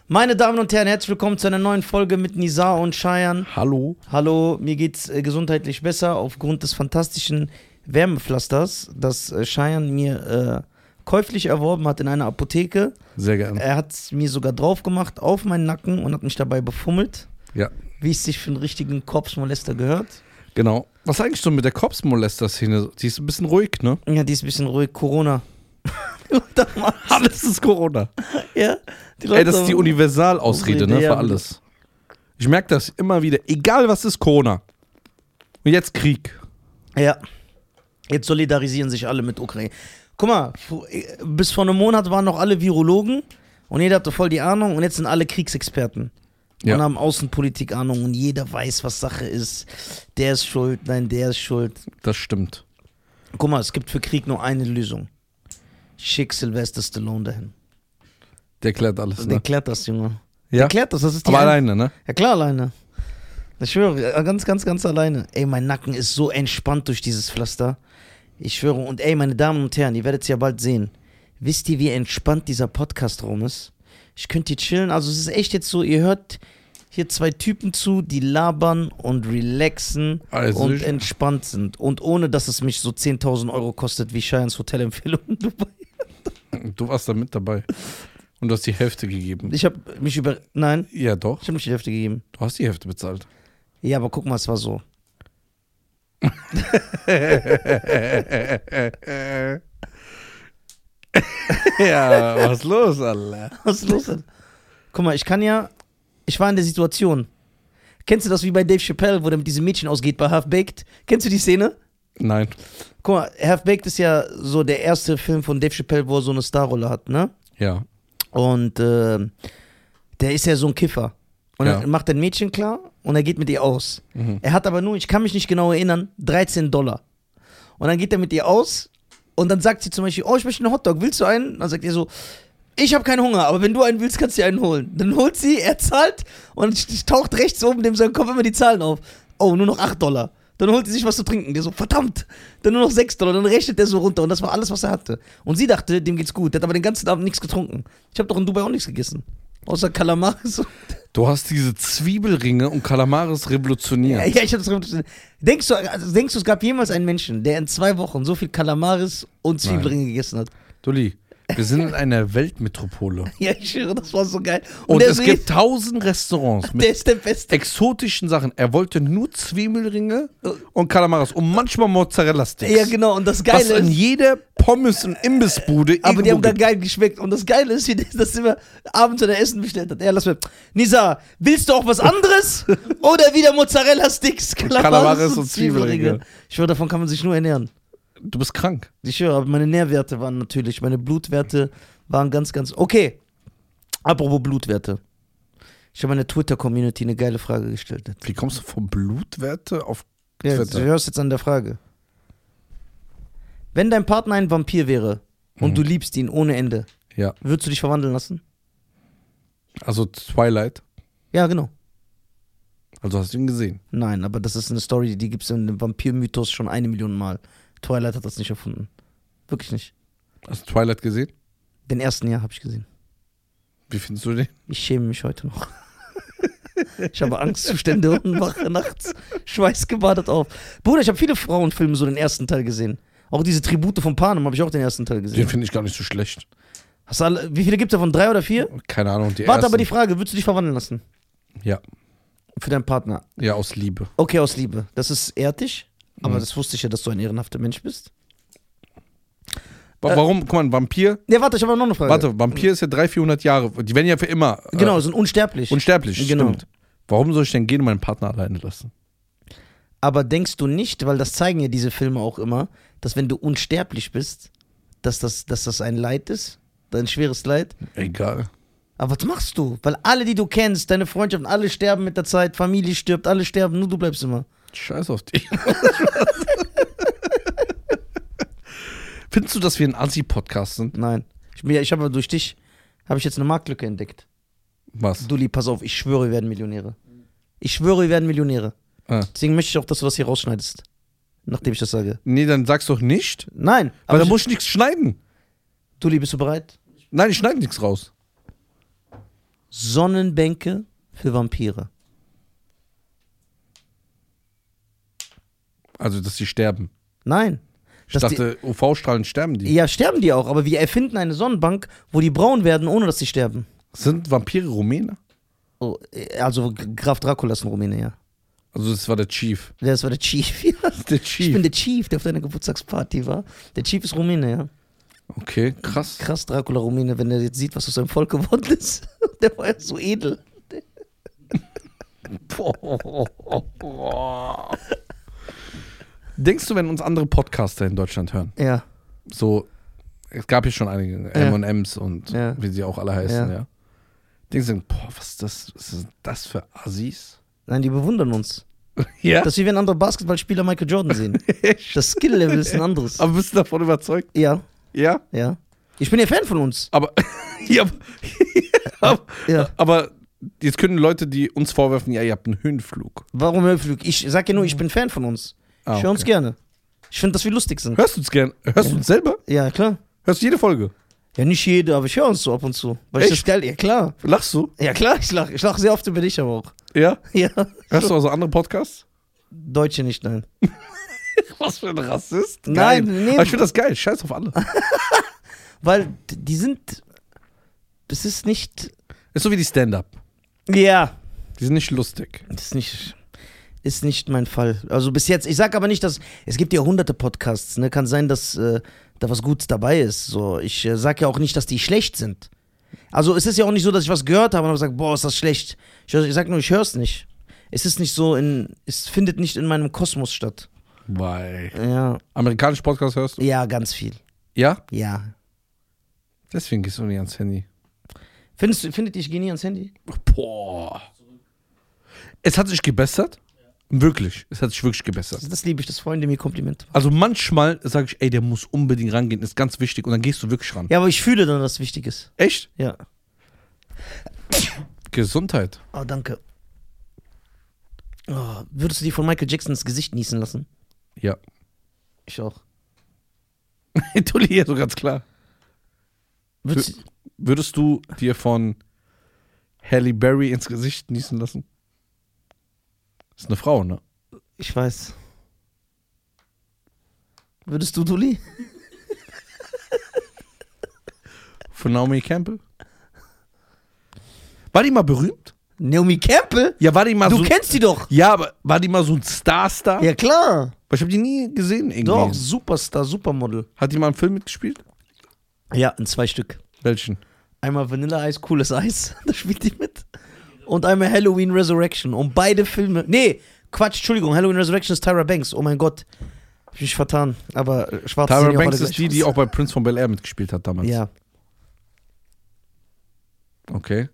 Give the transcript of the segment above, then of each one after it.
Meine Damen und Herren, herzlich willkommen zu einer neuen Folge mit Nizar und Cheyenne. Hallo. Hallo, mir geht's gesundheitlich besser aufgrund des fantastischen Wärmepflasters, das Cheyenne mir käuflich erworben hat in einer Apotheke. Sehr gerne. Er hat es mir sogar drauf gemacht auf meinen Nacken und hat mich dabei befummelt. Ja. Wie es sich für einen richtigen Korpsmolester gehört. Genau. Was ist eigentlich so mit der Korpsmolester-Szene? Die ist ein bisschen ruhig, ne? Ja, die ist ein bisschen ruhig. Corona. Alles ist Corona. Ja. Ey, das ist die Universalausrede, ne, für alles. Ich merke das immer wieder. Egal was ist, Corona. Und jetzt Krieg. Ja. Jetzt solidarisieren sich alle mit Ukraine. Guck mal, bis vor einem Monat waren noch alle Virologen und jeder hatte voll die Ahnung und jetzt sind alle Kriegsexperten. Ja. Und haben Außenpolitik Ahnung und jeder weiß, was Sache ist. Der ist schuld, nein, der ist schuld. Das stimmt. Guck mal, es gibt für Krieg nur eine Lösung. Schick Sylvester Stallone dahin. Der klärt alles, Der ne? klärt das, Junge. Ja? Der klärt das, ist die Aber alleine, ne? Ja klar, alleine. Ich schwöre, ganz alleine. Ey, mein Nacken ist so entspannt durch dieses Pflaster. Ich schwöre. Und ey, meine Damen und Herren, ihr werdet es ja bald sehen. Wisst ihr, wie entspannt dieser Podcast-Raum ist? Ich könnte hier chillen. Also es ist echt jetzt so, ihr hört hier zwei Typen zu, die labern und relaxen Also und entspannt sind. Und ohne, dass es mich so 10.000 Euro kostet, wie Cheyennes Hotelempfehlung in Dubai. Du warst da mit dabei. Und du hast die Hälfte gegeben. Ich habe mich Nein, Ja, doch. ich habe nicht die Hälfte gegeben. Du hast die Hälfte bezahlt. Ja, aber guck mal, es war so. Ja, was ist los, Alter? Was ist los? Guck mal, ich war in der Situation. Kennst du das wie bei Dave Chappelle, wo der mit diesem Mädchen ausgeht bei Half-Baked? Kennst du die Szene? Nein. Guck mal, Half-Baked ist ja so der erste Film von Dave Chappelle, wo er so eine Starrolle hat, ne? Ja. Und der ist ja so ein Kiffer. Und Ja. dann macht ein Mädchen klar und er geht mit ihr aus. Mhm. Er hat aber nur, ich kann mich nicht genau erinnern, $13. Und dann geht er mit ihr aus und dann sagt sie zum Beispiel, oh, ich möchte einen Hotdog, willst du einen? Dann sagt er so, ich habe keinen Hunger, aber wenn du einen willst, kannst du dir einen holen. Dann holt sie, er zahlt und taucht rechts oben in seinem Kopf immer die Zahlen auf. Oh, nur noch $8. Dann holt sie sich was zu trinken. Der so, verdammt. Dann nur noch $6. Dann rechnet er so runter und das war alles, was er hatte. Und sie dachte, dem geht's gut. Der hat aber den ganzen Abend nichts getrunken. Ich habe doch in Dubai auch nichts gegessen. Außer Kalamaris. Du hast diese Zwiebelringe und Kalamaris revolutioniert. Ja, ich habe das revolutioniert. Denkst du, es gab jemals einen Menschen, der in 2 Wochen so viel Kalamaris und Zwiebelringe gegessen hat? Dulli, wir sind in einer Weltmetropole. Ja, ich schwöre, das war so geil. Und der es so gibt 1000 Restaurants der mit ist der Beste. exotischen Sachen. Er wollte nur Zwiebelringe und Kalamaris und manchmal Mozzarella-Sticks. Ja, genau. Und das Was Geile in ist, jeder Pommes- und Imbissbude aber die irgendwo haben da gibt. geil geschmeckt. Und das Geile ist, wie der das immer abends oder Essen bestellt hat. Ja, lass mal. Nisa, willst du auch was anderes? Oder wieder Mozzarella-Sticks, Kalamaris und Zwiebelringe. Ich schwöre, davon kann man sich nur ernähren. Du bist krank. Ich schwöre, aber meine Nährwerte waren natürlich, meine Blutwerte waren ganz. Okay. Apropos Blutwerte. Ich habe meiner Twitter-Community eine geile Frage gestellt. Wie kommst du von Blutwerte auf Ja, Twitter? du hörst jetzt an der Frage. Wenn dein Partner ein Vampir wäre und du liebst ihn ohne Ende, Ja, würdest du dich verwandeln lassen? also Twilight. Ja, genau. Also hast du ihn gesehen. Nein, aber das ist eine Story, die gibt es im Vampir-Mythos schon 1 Million Mal. Twilight hat das nicht erfunden. Wirklich nicht. Hast du Twilight gesehen? Den ersten Jahr habe ich gesehen. Wie findest du den? Ich schäme mich heute noch. Ich habe Angstzustände und wache nachts schweißgebadet auf. Bruder, ich habe viele Frauenfilme so den ersten Teil gesehen. Auch diese Tribute von Panem habe ich auch den ersten Teil gesehen. Den finde ich gar nicht so schlecht. Hast du alle, wie viele gibt es davon? 3 oder 4? Keine Ahnung, die Warte, ersten. aber die Frage, würdest du dich verwandeln lassen? Ja, Für deinen Partner? ja, aus Liebe. Okay, aus Liebe. Das ist ehrlich, aber Mhm. das wusste ich ja, dass du ein ehrenhafter Mensch bist. Warum? Guck mal, ein Vampir. Ja, warte, ich habe noch eine Frage. Warte, Vampir ist ja 300-400 Jahre. Die werden ja für immer Genau, sind unsterblich. unsterblich. Genau. Stimmt. Warum soll ich denn gehen und meinen Partner alleine lassen? Aber denkst du nicht, weil das zeigen ja diese Filme auch immer, dass wenn du unsterblich bist, dass das ein Leid ist? Ein schweres Leid? Egal. Aber was machst du? Weil alle, die du kennst, deine Freundschaften, alle sterben mit der Zeit, Familie stirbt, alle sterben, nur du bleibst immer. Scheiß auf dich. Findest du, dass wir ein Assi-Podcast sind? Nein. Ich habe durch dich, habe ich jetzt eine Marktlücke entdeckt. Was? Dulli, pass auf, ich schwöre, wir werden Millionäre. Ich schwöre, wir werden Millionäre. Ah. Deswegen möchte ich auch, dass du das hier rausschneidest. Nachdem ich das sage. Nee, dann sag's doch nicht. Nein. Weil Aber dann muss ich nichts schneiden. Dulli, bist du bereit? Nein, ich schneide nichts raus. Sonnenbänke für Vampire. Also, dass sie sterben. Nein. Ich dachte, UV-Strahlen sterben die. Ja, sterben die auch, aber wir erfinden eine Sonnenbank, wo die braun werden, ohne dass sie sterben. Sind Vampire Rumäne? Oh, also Graf Dracula ist ein Rumäne, ja. Also, das war der Chief. Ja, das war der Chief. Ja. Der Chief. Ich bin der Chief, der auf deiner Geburtstagsparty war. Der Chief ist Rumäne, ja. Okay, krass. Krass, Dracula Rumäne, wenn er jetzt sieht, was aus seinem Volk geworden ist. Der war ja so edel. Denkst du, wenn uns andere Podcaster in Deutschland hören, Ja. so, es gab hier schon einige M&M's und wie sie auch alle heißen, ja. Denkst du, boah, was ist das für Assis? Nein, die bewundern uns. Ja. Das ist wie wenn andere Basketballspieler Michael Jordan sehen. Das Skill-Level ist ein anderes. Aber bist du davon überzeugt? Ja, Ja? ja. Ich bin ja Fan von uns. Aber, Ja. aber jetzt können Leute, die uns vorwerfen, ja, ihr habt einen Höhenflug. Warum Höhenflug? Ich sag ja nur, ich bin Fan von uns. Ich höre uns gerne. Ich finde, dass wir lustig sind. Hörst du uns gern? Hörst du uns selber? Ja, klar. Hörst du jede Folge? Ja, nicht jede, aber ich höre uns so ab und zu. Weil ich das Echt? geil. Ja, klar. Lachst du? Ja, klar, ich lach. Ich lach sehr oft über dich aber auch. Ja? Ja. Hörst du also andere Podcasts? Deutsche nicht, nein. Was für ein Rassist? Nein, Geil. nee. Aber ich finde das geil. Scheiß auf alle. Weil die sind. Das ist nicht. Ist so wie die Stand-Up. Ja. Die sind nicht lustig. Das ist nicht mein Fall. Also bis jetzt. Ich sag aber nicht, dass. Es gibt ja hunderte Podcasts, ne? Kann sein, dass da was Gutes dabei ist. So, ich sag ja auch nicht, dass die schlecht sind. Also es ist ja auch nicht so, dass ich was gehört habe und sage, boah, ist das schlecht. Ich sag nur, ich höre es nicht. Es ist nicht so es findet nicht in meinem Kosmos statt. Weil. Ja. Amerikanische Podcasts hörst du? Ja, ganz viel. Ja? Ja. Deswegen gehst du nicht ans Handy. Findet ihr, ich gehe nie ans Handy? Boah. Es hat sich gebessert. Wirklich. Es hat sich wirklich gebessert. Das liebe ich, dass Freunde mir Komplimente machen. Also manchmal sage ich, ey, der muss unbedingt rangehen, ist ganz wichtig. Und dann gehst du wirklich ran. Ja, aber ich fühle dann, dass es wichtig ist. Echt? Ja. Gesundheit. Oh, danke. Oh, würdest du dir von Michael Jackson ins Gesicht niesen lassen? Ja. Ich auch. Tulli, ja, so ganz klar. Würdest, Würdest du dir von Halle Berry ins Gesicht niesen lassen? Ist eine Frau, ne? ich weiß. Würdest du, Dulli? Von Naomi Campbell? War die mal berühmt? Naomi Campbell? Ja, war die mal Du so. kennst die doch. Ja, aber war die mal so ein Star? Ja, klar. Weil ich habe die nie gesehen irgendwie. Doch, Superstar, Supermodel. Hat die mal einen Film mitgespielt? Ja, in 2 Stück. Welchen? Einmal Vanilla-Eis, cooles Eis. Da spielt die mit. Und einmal Halloween Resurrection. Und beide Filme. Nee, Quatsch, Entschuldigung. Halloween Resurrection ist Tyra Banks. Oh mein Gott. Hab ich mich vertan. Aber schwarze Tyra sehen ja auch Banks alle ist gleich die aus. auch bei Prince von Bel-Air mitgespielt hat damals. Ja. Okay.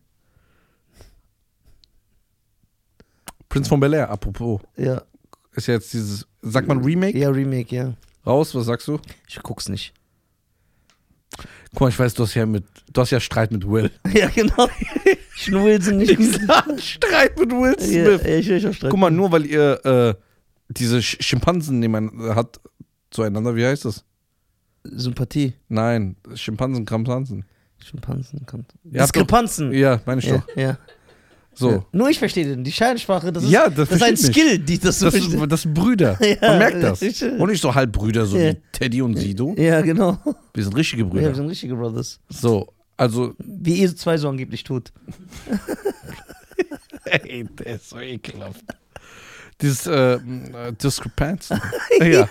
Prince von Bel-Air, apropos. Ja. Ist jetzt dieses, sagt man Remake? Ja, Remake, ja. Raus, was sagst du? Ich guck's nicht. Guck mal, ich weiß, du hast ja Streit mit Will. Ja, genau. Schnull sind nicht gut. Streit mit Will Ja, Smith. ich auch Streit. Guck mal, nur weil ihr diese Schimpansen hat zueinander, wie heißt das? Sympathie. Nein, Schimpansen, Krampansen. Schimpansen. Ihr habt Diskrepanzen. Ja, meine ich Ja, doch. ja. So. Ja. Nur ich verstehe den. Die Scheidensprache, das ist, Ja, das das ist ein versteht mich. Skill, die das so versteht. Das sind Brüder. Ja, Man merkt das. ich- Und nicht so Halbbrüder, so Ja. wie Teddy und Sido. Ja, genau. Wir sind richtige Ja, Brüder. wir sind richtige Brothers. So, also. Wie ihr 2 so angeblich tut. Ey, der ist so ekelhaft. Dieses Diskrepanz. Ja.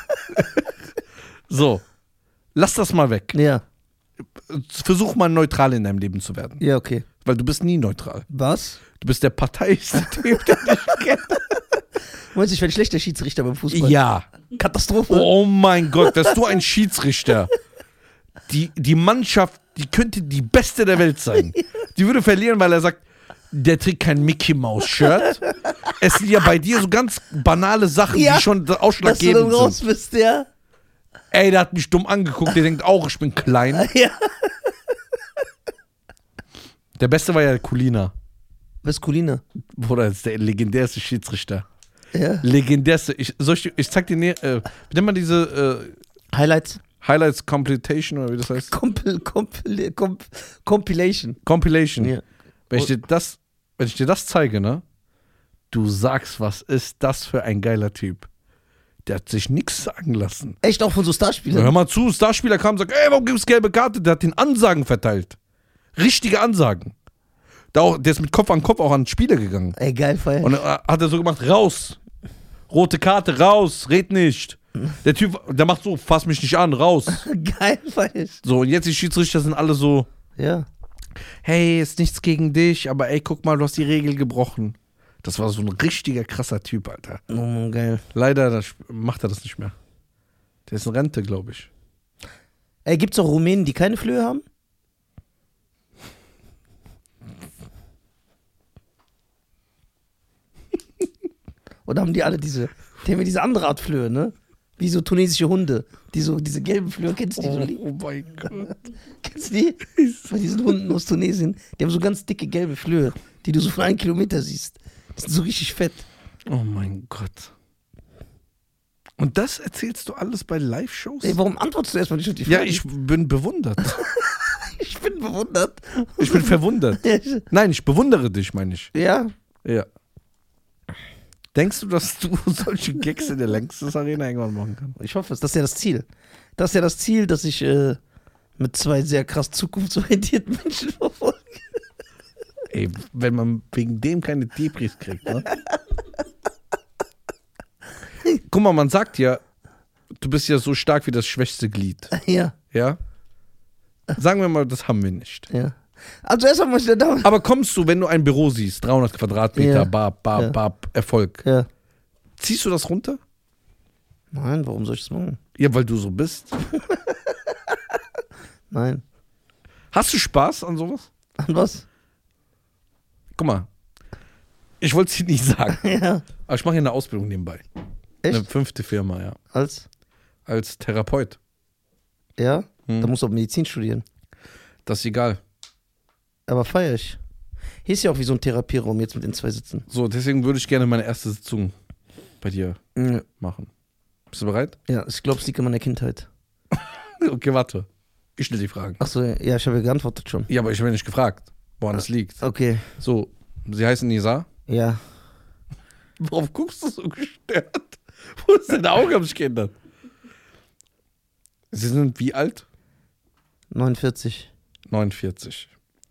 So. Lass das mal weg. Ja. Versuch mal neutral in deinem Leben zu werden. Ja, okay. Weil du bist nie neutral. Was? Du bist der parteiischste Typ, den ich kenne. Meinst du, ich werde schlechter Schiedsrichter beim Fußball? Ja. Katastrophe. Oh mein Gott, wärst du ein Schiedsrichter. Die Mannschaft, die könnte die beste der Welt sein. Die würde verlieren, weil er sagt, der trägt kein Mickey-Maus-Shirt. Es sind ja bei dir so ganz banale Sachen, Ja, die schon Dass du ausschlaggebend dann raus sind. bist, ja. Ey, der hat mich dumm angeguckt, der denkt auch, ich bin klein. Ja. Der Beste war ja Kulina. Was ist Kulina? Bruder, das ist der legendärste Schiedsrichter. Ja. Legendärste. Ich zeig dir näher, wie nennt man diese Highlights. Highlights Compilation oder wie das heißt? Compilation. Compilation. Ja. Wenn ich dir das zeige, ne? Du sagst, was ist das für ein geiler Typ? Der hat sich nichts sagen lassen. Echt auch von so Starspielern? Hör mal zu, Starspieler kam und sagt, ey, warum gibt's gelbe Karte? Der hat den Ansagen verteilt. Richtige Ansagen. Der ist mit Kopf an Kopf auch an den Spieler gegangen. Ey, geil, feier. Und dann hat er so gemacht, raus. Rote Karte, raus, red nicht. Der Typ, der macht so, fass mich nicht an, raus. Geil, feier. So, und jetzt die Schiedsrichter sind alle so, Ja. hey, ist nichts gegen dich, aber ey, guck mal, du hast die Regel gebrochen. Das war so ein richtiger krasser Typ, Alter. Oh Mann, geil. Leider macht er das nicht mehr. Der ist in Rente, glaube ich. Ey, gibt's auch Rumänen, die keine Flöhe haben? Oder haben die alle die haben ja diese andere Art Flöhe, ne? Wie so tunesische Hunde. Diese gelben Flöhe, kennst du die? Oh mein Gott. Kennst du die? Bei diesen Hunden aus Tunesien. Die haben so ganz dicke gelbe Flöhe, die du so von 1 Kilometer siehst. Die sind so richtig fett. Oh mein Gott. Und das erzählst du alles bei Live-Shows? Ey, warum antwortest du erstmal nicht auf die Frage? Ja, ich bin bewundert. Ich bin bewundert. Ich bin verwundert. Nein, ich bewundere dich, meine ich. Ja. Ja. Denkst du, dass du solche Gags in der Längstes Arena irgendwann machen kannst? Ich hoffe es. Das ist ja das Ziel. Das ist ja das Ziel, dass ich mit 2 sehr krass zukunftsorientierten Menschen verfolge. Ey, wenn man wegen dem keine Depris kriegt, ne? Guck mal, man sagt ja, du bist ja so stark wie das schwächste Glied. Ja. Ja? Sagen wir mal, das haben wir nicht. Ja. Also erstmal muss ich da dauern. Aber kommst du, wenn du ein Büro siehst, 300 Quadratmeter, Ja. Bab, Erfolg, Ja. ziehst du das runter? Nein, warum soll ich das machen? Ja, weil du so bist. Nein. Hast du Spaß an sowas? An was? Guck mal, ich wollte es dir nicht sagen, Ja. aber ich mache hier eine Ausbildung nebenbei. Eine Echt? 5. Firma, ja. Als Therapeut. Ja? Hm. Da musst du auch Medizin studieren. Das ist egal. Aber feier ich. Hier ist ja auch wie so ein Therapieraum jetzt mit den 2 Sitzen. So, deswegen würde ich gerne meine erste Sitzung bei dir Ja, machen. Bist du bereit? ich glaube, es liegt in meiner Kindheit. Okay, warte. Ich stelle die Fragen. Achso, ja, ich habe ja geantwortet schon. Ja, aber ich habe nicht gefragt, woran das liegt. Okay, So, Sie heißen Nisa. ja. Warum guckst du so gestört? Wo ist deine Augen haben sich geändert? Sie sind wie alt? 49. 49.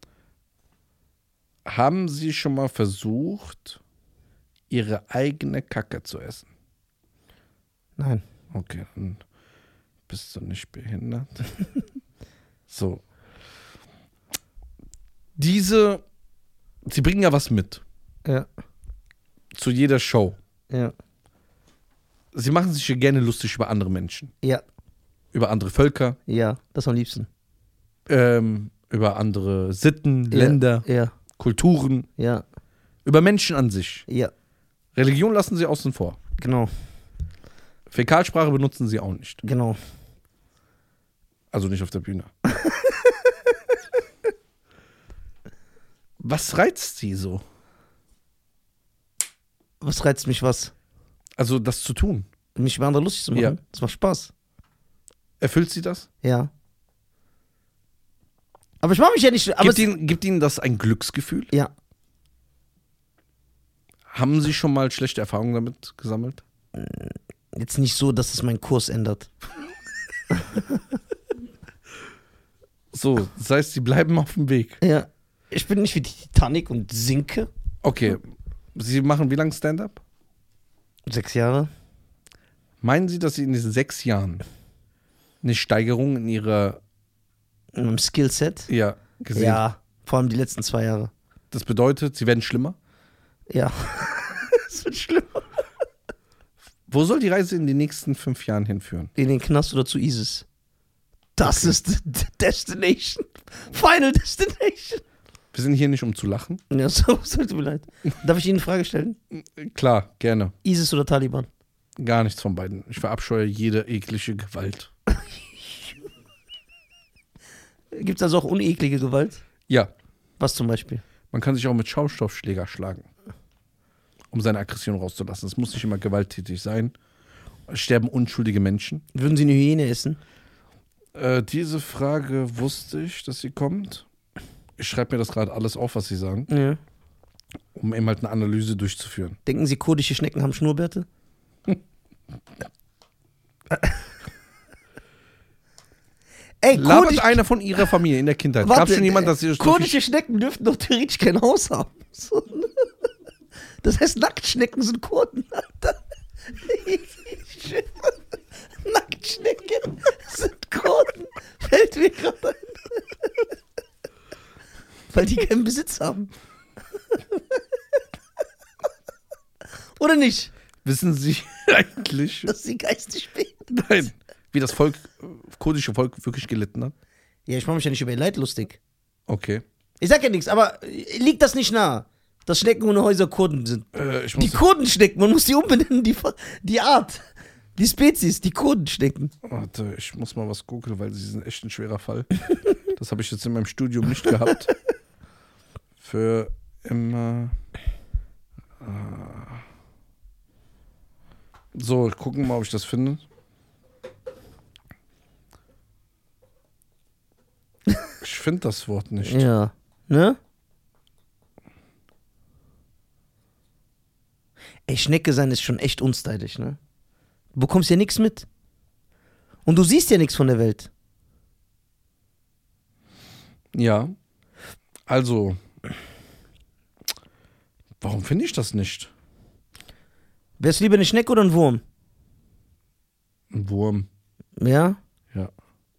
Haben Sie schon mal versucht, Ihre eigene Kacke zu essen? Nein. Okay, dann bist du nicht behindert. So. Sie bringen ja was mit Ja, zu jeder Show. ja, Sie machen sich ja gerne lustig über andere Menschen, ja, über andere Völker, ja, das am liebsten. über andere Sitten, Ja, Länder, Ja, Kulturen, ja, über Menschen an sich. ja, Religion lassen Sie außen vor. genau, Fäkalsprache benutzen Sie auch nicht. genau. Also nicht auf der Bühne. Was reizt Sie so? Was reizt mich was? Also das zu tun. Mich über andere lustig zu machen? Ja. Das macht Spaß. Erfüllt Sie das? Ja. Aber ich mache mich ja nicht. Aber Gibt Ihnen das ein Glücksgefühl? ja. Haben Sie schon mal schlechte Erfahrungen damit gesammelt? Jetzt nicht so, dass es meinen Kurs ändert. So, das heißt, Sie bleiben auf dem Weg. Ja. Ich bin nicht wie die Titanic und sinke. Okay, Sie machen wie lange Stand-up? 6 Jahre. Meinen Sie, dass Sie in diesen 6 Jahren eine Steigerung in Ihrer In meinem Skillset. gesehen? Ja. Vor allem die letzten 2 Jahre. Das bedeutet, Sie werden schlimmer? Ja. Es wird schlimmer. Wo soll die Reise in den nächsten 5 Jahren hinführen? In den Knast oder zu ISIS. Das ist Destination. Final Destination. Wir sind hier nicht, um zu lachen. Ja, so, tut mir leid. Darf ich Ihnen eine Frage stellen? Klar, gerne. ISIS oder Taliban? Gar nichts von beiden. Ich verabscheue jede eklige Gewalt. Gibt es also auch uneklige Gewalt? Ja, Was zum Beispiel? man kann sich auch mit Schaumstoffschläger schlagen, um seine Aggression rauszulassen. Es muss nicht immer gewalttätig sein. Es sterben unschuldige Menschen. Würden Sie eine Hyäne essen? Diese Frage wusste ich, dass sie kommt. Ich schreibe mir das gerade alles auf, was sie sagen, Ja. um eben halt eine Analyse durchzuführen. Denken Sie, kurdische Schnecken haben Schnurrbärte? Ey, Labert einer von ihrer Familie in der Kindheit. Gab es schon jemand, dass sie kurdische Schnecken dürften doch theoretisch kein Haus haben. So. Das heißt, Nacktschnecken sind Kurden, Alter. Nacktschnecken sind Kurden. Fällt mir gerade ein. Weil die keinen Besitz haben. Oder nicht? Wissen Sie eigentlich, Dass sie geistig behindert. nein, wie das kurdische Volk wirklich gelitten hat? Ja, ich mache mich ja nicht über ihr Leid lustig. Okay. Ich sag ja nichts, aber liegt das nicht nahe, dass Schnecken ohne Häuser Kurden sind? Die Kurdenschnecken, man muss die umbenennen, die Art, die Spezies, die Kurdenschnecken. Warte, ich muss mal was googeln, weil sie sind echt ein schwerer Fall. Das habe ich jetzt in meinem Studium nicht gehabt. Für immer. So, gucken wir mal, ob ich das finde. Ich finde das Wort nicht. Ja, ne? Ey, Schnecke sein ist schon echt unstylisch, ne? Du bekommst ja nichts mit. Und du siehst ja nichts von der Welt. Ja. Also. Warum finde ich das nicht? Wärst du lieber eine Schnecke oder ein Wurm? Ein Wurm. Ja? Ja.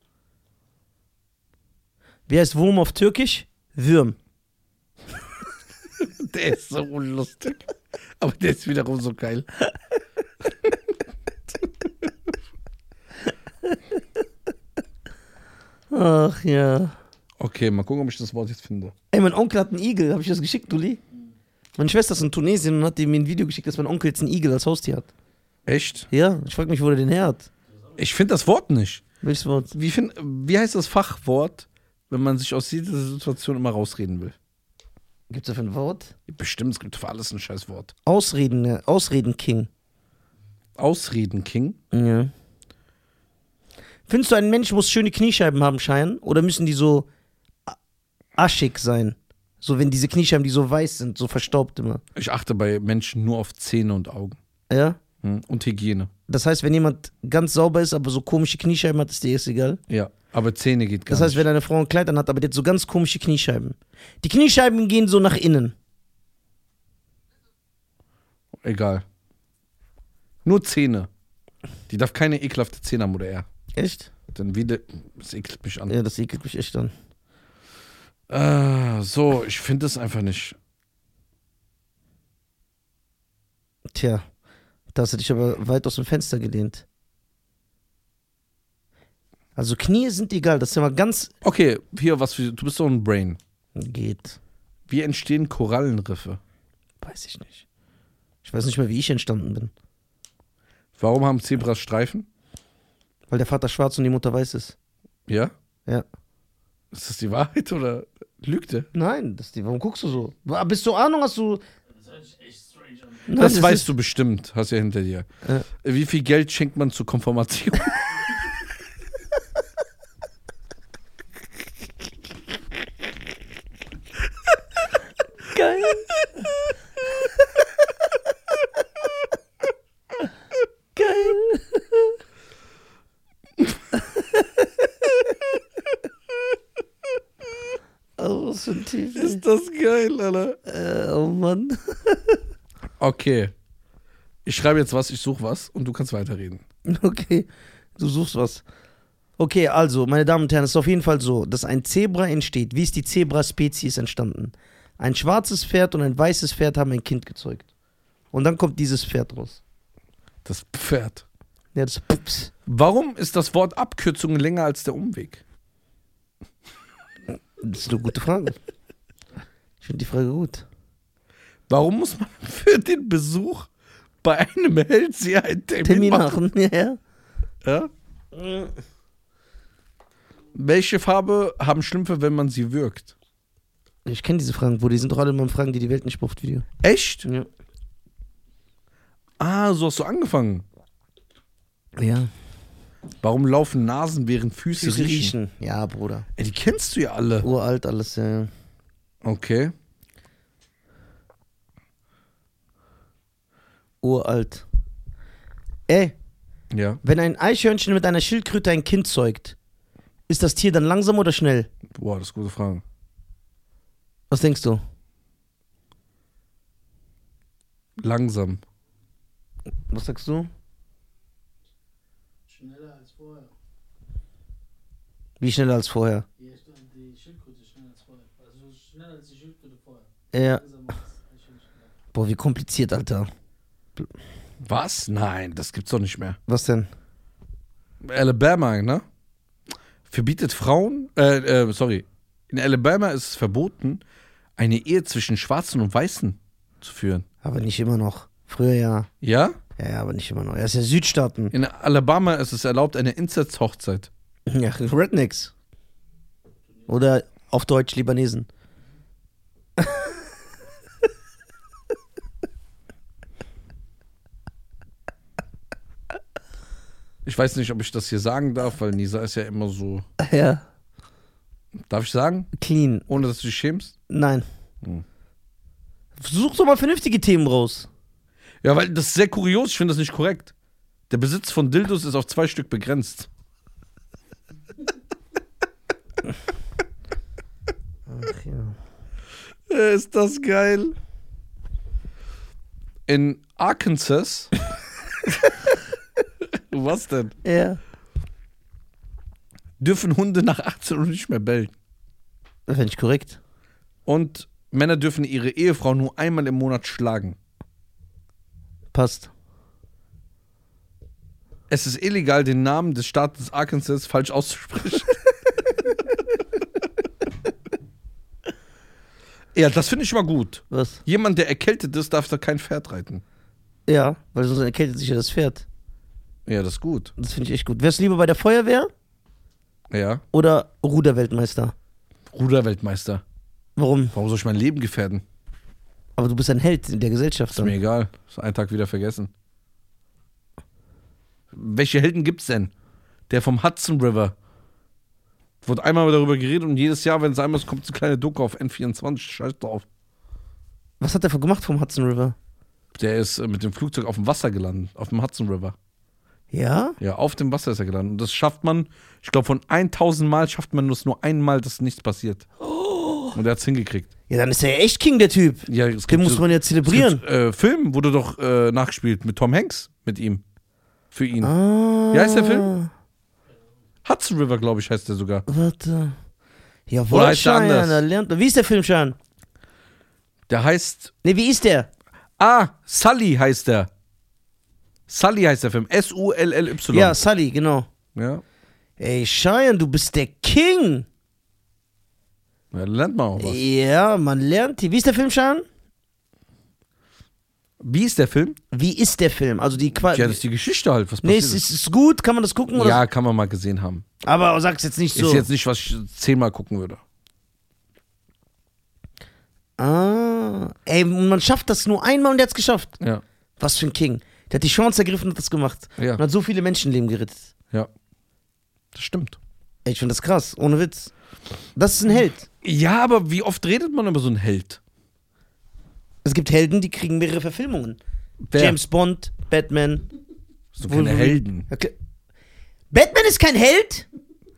Wie heißt Wurm auf Türkisch? Würm. Der ist so unlustig. Aber der ist wiederum so geil. Ach ja. Okay, mal gucken, ob ich das Wort jetzt finde. Ey, mein Onkel hat einen Igel. Hab ich das geschickt, Dulli? Meine Schwester ist in Tunesien und hat mir ein Video geschickt, dass mein Onkel jetzt einen Igel als Haustier hat. Echt? Ja, ich frag mich, wo der den her hat. Ich finde das Wort nicht. Welches Wort? Wie heißt das Fachwort, wenn man sich aus dieser Situation immer rausreden will? Gibt's dafür ein Wort? Bestimmt, es gibt für alles ein scheiß Wort. Ausreden-King. Ausreden-King? Ja. Findest du, ein Mensch muss schöne Kniescheiben haben, Schein? Oder müssen die so aschig sein? So, wenn diese Kniescheiben, die so weiß sind, so verstaubt immer. Ich achte bei Menschen nur auf Zähne und Augen. Ja? Und Hygiene. Das heißt, wenn jemand ganz sauber ist, aber so komische Kniescheiben hat, ist dir ist egal. Ja, aber Zähne geht gar Das heißt, nicht. wenn eine Frau ein Kleid anhat, aber die hat so ganz komische Kniescheiben. Die Kniescheiben gehen so nach innen. Egal. Nur Zähne. Die darf keine ekelhafte Zähne haben, oder er. Echt? Dann wieder. Das ekelt mich an. Ja, das ekelt mich echt an. So, ich finde es einfach nicht. Tja, da hast du dich aber weit aus dem Fenster gelehnt. Also Knie sind egal, das ist ja mal ganz... Okay, hier was für. Du bist doch ein Brain. Geht. Wie entstehen Korallenriffe? Weiß ich nicht. Ich weiß nicht mehr, wie ich entstanden bin. Warum haben Zebras Streifen? Weil der Vater schwarz und die Mutter weiß ist. Ja? Ja. Ist das die Wahrheit oder lügt er? Nein, warum guckst du so? Bist du Ahnung, hast du... Das hört sich echt strange an. Nein, Das ist- weißt du bestimmt, hast ja hinter dir. Ja. Wie viel Geld schenkt man zur Konfirmation? Geil. Geil. Oh, was für ein Typ. Ist das geil, Alter. Oh Mann. Okay. Ich schreibe jetzt was, ich suche was und du kannst weiterreden. Okay, du suchst was. Okay, also, meine Damen und Herren, es ist auf jeden Fall so, dass ein Zebra entsteht. Wie ist die Zebra-Spezies entstanden? Ein schwarzes Pferd und ein weißes Pferd haben ein Kind gezeugt. Und dann kommt dieses Pferd raus. Das Pferd. Ja, das Pups. Warum ist das Wort Abkürzung länger als der Umweg? Das ist eine gute Frage. Ich finde die Frage gut. Warum muss man für den Besuch bei einem Hellseher einen Termin machen? machen, ja. Ja? Welche Farbe haben Schlümpfe, wenn man sie würgt? Ich kenne diese Fragen, wo die sind doch alle in meinem Fragen, die die Welt nicht braucht Video. Echt? Ja. Ah, so hast du angefangen. Ja. Warum laufen Nasen, während Füße riechen? Ja, Bruder. Ey, die kennst du ja alle. Uralt alles, ja. Okay. Uralt. Ey, Ja. wenn ein Eichhörnchen mit einer Schildkröte ein Kind zeugt, ist das Tier dann langsam oder schnell? Boah, das ist eine gute Frage. Was denkst du? Langsam. Was sagst du? Schneller als vorher. Wie schneller als vorher? Die Schildkröte ist schneller als vorher. Also schneller als die Schildkröte vorher. Ja. Langsamer als Eichhörnchen. Boah, wie kompliziert, Alter. Was? Nein, das gibt's doch nicht mehr. Was denn? Alabama, ne? Verbietet Frauen, sorry. In Alabama ist es verboten, eine Ehe zwischen Schwarzen und Weißen zu führen. Aber nicht immer noch. Früher ja. Ja? Ja, aber nicht immer noch. Er ist ja Südstaaten. In Alabama ist es erlaubt, eine Inzest-Hochzeit. Ja, Rednecks. Oder auf Deutsch Libanesen. Ich weiß nicht, ob ich das hier sagen darf, weil Nisa ist ja immer so. Ja, Darf ich sagen? clean. Ohne dass du dich schämst? Nein. Hm. Such doch mal vernünftige Themen raus. Ja, weil das ist sehr kurios, ich finde das nicht korrekt. Der Besitz von Dildos ist auf 2 Stück begrenzt. Ach ja. Ist das geil? In Arkansas. Was denn? Ja. Dürfen Hunde nach 18 Uhr nicht mehr bellen. Das finde ich korrekt. Und Männer dürfen ihre Ehefrau nur einmal im Monat schlagen. Passt. Es ist illegal, den Namen des Staates Arkansas falsch auszusprechen. Ja, das finde ich mal gut. Was? Jemand, der erkältet ist, darf da kein Pferd reiten. Ja, weil sonst erkältet sich ja das Pferd. Ja, das ist gut. Das finde ich echt gut. Wärst du lieber bei der Feuerwehr Ja. oder Ruderweltmeister? Ruderweltmeister. Warum? Warum soll ich mein Leben gefährden? Aber du bist ein Held in der Gesellschaft Ist mir dann. egal. Ist einen Tag wieder vergessen. Welche Helden gibt's denn? Der vom Hudson River. Wurde einmal darüber geredet und jedes Jahr, wenn es einmal ist, kommt so eine kleine Doku auf N24. Scheiß drauf. Was hat der gemacht vom Hudson River? Der ist mit dem Flugzeug auf dem Wasser gelandet. Auf dem Hudson River. Ja? Ja, auf dem Wasser ist er gelandet. Und das schafft man, ich glaube, von 1000 Mal schafft man das nur einmal, dass nichts passiert. Und er hat's hingekriegt. Ja, dann ist er ja echt King, der Typ. Ja, es Den gibt muss man ja zelebrieren. Es gibt, Film wurde doch nachgespielt mit Tom Hanks, mit ihm. Für ihn. Ah. Wie heißt der Film? Hudson River, glaube ich, heißt der sogar. Warte. Ja, Oder heißt der Schein, anders? da lernt man. Wie ist der Film, Schein? Der heißt. Ne, wie ist der? Sully heißt der. Sully heißt der Film. Sully. Ja, Sully, genau. Ja. Ey, Schein, du bist der King. Ja, lernt man auch was. Ja, man lernt die. Wie ist der Film, Schein? Wie ist der Film? Wie ist der Film? Also die Ja, das ist die Geschichte halt, was Nee, passiert ist gut, kann man das gucken? Oder? Ja, kann man mal gesehen haben. Aber sag's jetzt nicht so. Ist jetzt nicht, was ich 10-mal gucken würde. Ey, man schafft das nur einmal und der hat's geschafft. Ja. Was für ein King. Der hat die Chance ergriffen und hat das gemacht. Ja. Und hat so viele Menschenleben gerettet. Ja. Das stimmt. Ey, ich finde das krass, ohne Witz. Das ist ein Held. Ja, aber wie oft redet man über so einen Held? Es gibt Helden, die kriegen mehrere Verfilmungen. Wer? James Bond, Batman. Das sind keine Wolverine. Helden. Okay. Batman ist kein Held?